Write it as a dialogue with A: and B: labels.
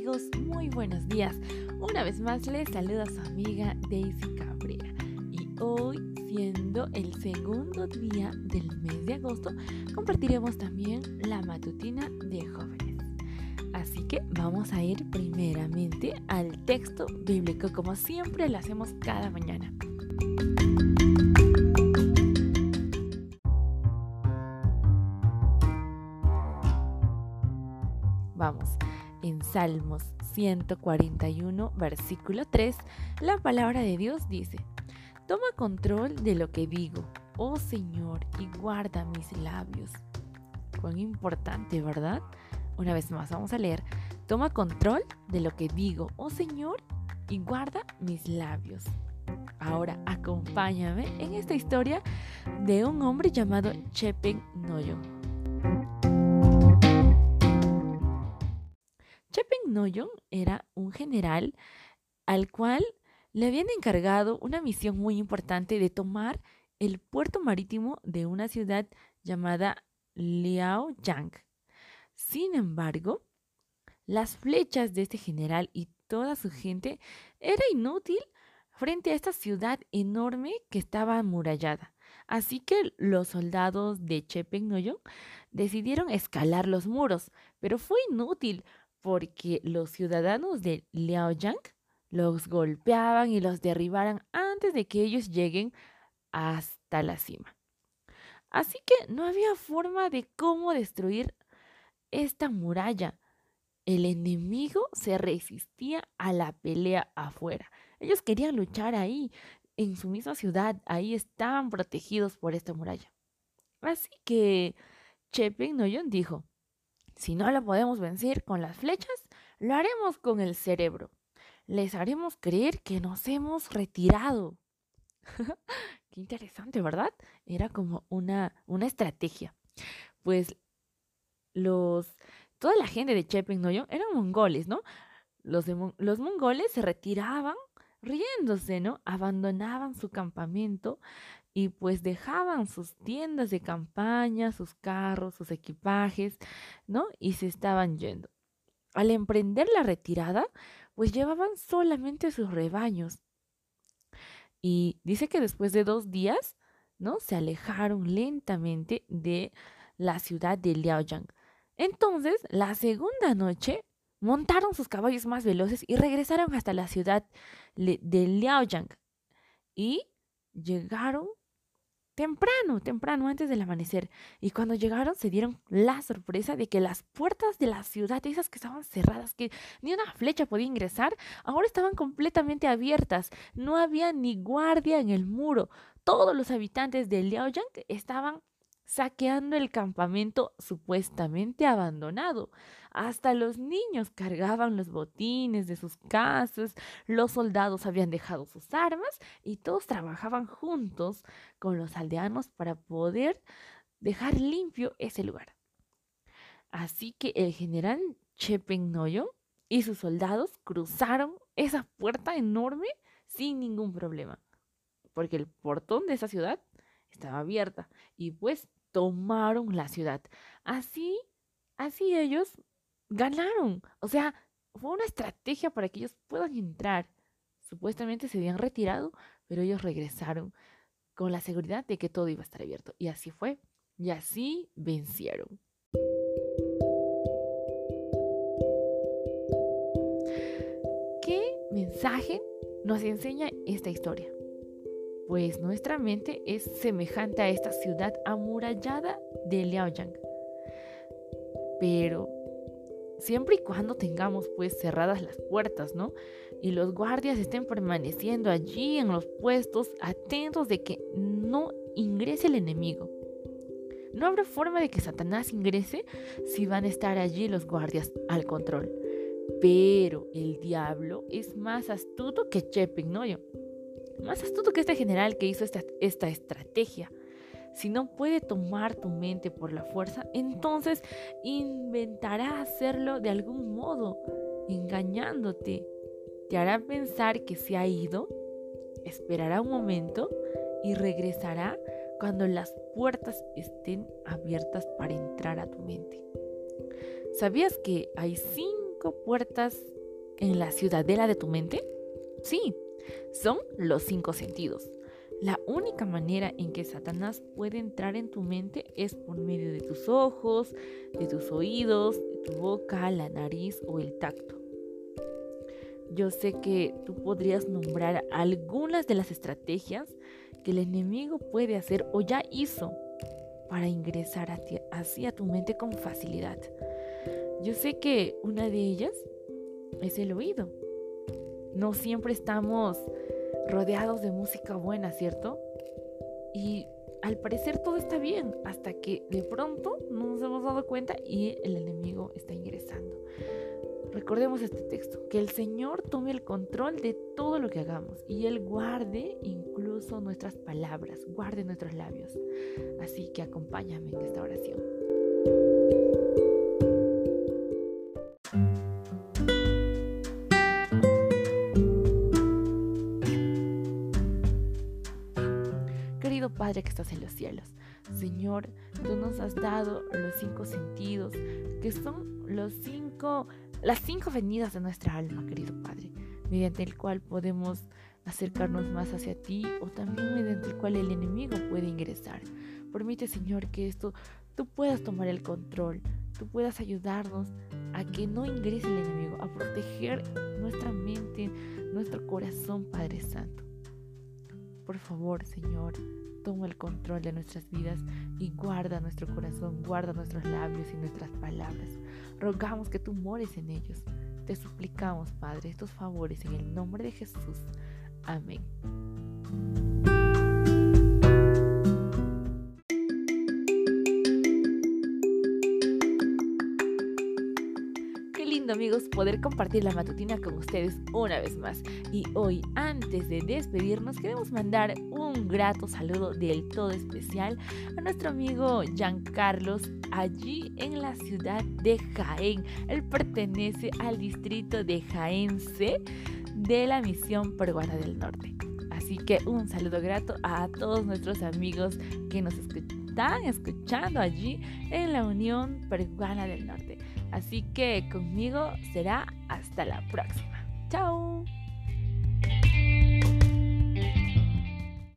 A: amigos? Muy buenos días. Una vez más les saluda su amiga Daisy Cabrera. Y hoy, siendo el segundo día del mes de agosto, compartiremos también la matutina de jóvenes. Así que vamos a ir primeramente al texto bíblico, como siempre lo hacemos cada mañana. Vamos, en Salmos 141, versículo 3, la palabra de Dios dice: Toma control de lo que digo, oh Señor, y guarda mis labios. Cuán importante, ¿verdad? Una vez más, vamos a leer: Toma control de lo que digo, oh Señor, y guarda mis labios. Ahora, acompáñame en esta historia de un hombre llamado Chepen Noyon. Chepen Noyon era un general al cual le habían encargado una misión muy importante de tomar el puerto marítimo de una ciudad llamada Liaoyang. Sin embargo, las flechas de este general y toda su gente era inútil frente a esta ciudad enorme que estaba amurallada. Así que los soldados de Chepen Noyon decidieron escalar los muros, pero fue inútil porque los ciudadanos de Liaoyang los golpeaban y los derribaran antes de que ellos lleguen hasta la cima. Así que no había forma de cómo destruir esta muralla. El enemigo se resistía a la pelea afuera. Ellos querían luchar ahí, en su misma ciudad. Ahí estaban protegidos por esta muralla. Así que Chepen Noyon dijo: si no lo podemos vencer con las flechas, lo haremos con el cerebro. Les haremos creer que nos hemos retirado. Qué interesante, ¿verdad? Era como una estrategia. Pues toda la gente de Chepen Noyon eran mongoles, ¿no? Los mongoles se retiraban riéndose, ¿no? Abandonaban su campamento y pues dejaban sus tiendas de campaña, sus carros, sus equipajes, ¿no? Y se estaban yendo. Al emprender la retirada, pues llevaban solamente sus rebaños. Y dice que después de 2 días, ¿no? Se alejaron lentamente de la ciudad de Liaoyang. Entonces, la segunda noche, montaron sus caballos más veloces y regresaron hasta la ciudad de Liaoyang. Y llegaron temprano, antes del amanecer. Y cuando llegaron se dieron la sorpresa de que las puertas de la ciudad, esas que estaban cerradas, que ni una flecha podía ingresar, ahora estaban completamente abiertas. No había ni guardia en el muro. Todos los habitantes de Liaoyang estaban saqueando el campamento supuestamente abandonado. Hasta los niños cargaban los botines de sus casas, los soldados habían dejado sus armas y todos trabajaban juntos con los aldeanos para poder dejar limpio ese lugar. Así que el general Chepen Noyon y sus soldados cruzaron esa puerta enorme sin ningún problema, porque el portón de esa ciudad estaba abierta y pues tomaron la ciudad. Así ellos ganaron. O sea, fue una estrategia para que ellos puedan entrar. Supuestamente se habían retirado, pero ellos regresaron con la seguridad de que todo iba a estar abierto. Y así fue. Y así vencieron. ¿Qué mensaje nos enseña esta historia? Pues nuestra mente es semejante a esta ciudad amurallada de Liaoyang. Pero siempre y cuando tengamos pues cerradas las puertas, ¿no? Y los guardias estén permaneciendo allí en los puestos, atentos de que no ingrese el enemigo. No habrá forma de que Satanás ingrese si van a estar allí los guardias al control. Pero el diablo es más astuto que Chepen Noyon. Más astuto que este general que hizo esta estrategia. Si no puede tomar tu mente por la fuerza, entonces inventará hacerlo de algún modo, engañándote. Te hará pensar que se ha ido, esperará un momento y regresará cuando las puertas estén abiertas para entrar a tu mente. ¿Sabías que hay 5 puertas en la ciudadela de tu mente? Sí, son los 5 sentidos. La única manera en que Satanás puede entrar en tu mente es por medio de tus ojos, de tus oídos, de tu boca, la nariz o el tacto. Yo sé que tú podrías nombrar algunas de las estrategias que el enemigo puede hacer o ya hizo para ingresar hacia tu mente con facilidad. Yo sé que una de ellas es el oído. No siempre estamos rodeados de música buena, ¿cierto? Y al parecer todo está bien, hasta que de pronto no nos hemos dado cuenta y el enemigo está ingresando. Recordemos este texto, que el Señor tome el control de todo lo que hagamos y Él guarde incluso nuestras palabras, guarde nuestros labios. Así que acompáñame en esta oración. Querido Padre que estás en los cielos, Señor, tú nos has dado los 5 sentidos, que son las 5 venidas de nuestra alma, querido Padre, mediante el cual podemos acercarnos más hacia ti o también mediante el cual el enemigo puede ingresar. Permite, Señor, que tú puedas tomar el control, tú puedas ayudarnos a que no ingrese el enemigo, a proteger nuestra mente, nuestro corazón, Padre Santo. Por favor, Señor, toma el control de nuestras vidas y guarda nuestro corazón, guarda nuestros labios y nuestras palabras. Rogamos que tú mores en ellos. Te suplicamos, Padre, estos favores en el nombre de Jesús. Amén. Amigos, poder compartir la matutina con ustedes una vez más. Y hoy, antes de despedirnos, queremos mandar un grato saludo del todo especial a nuestro amigo Giancarlos allí en la ciudad de Jaén. Él pertenece al distrito de Jaén C de la Misión Peruana del Norte. Así que un saludo grato a todos nuestros amigos que nos están escuchando allí en la Unión Peruana del Norte. Así que conmigo será hasta la próxima. ¡Chao!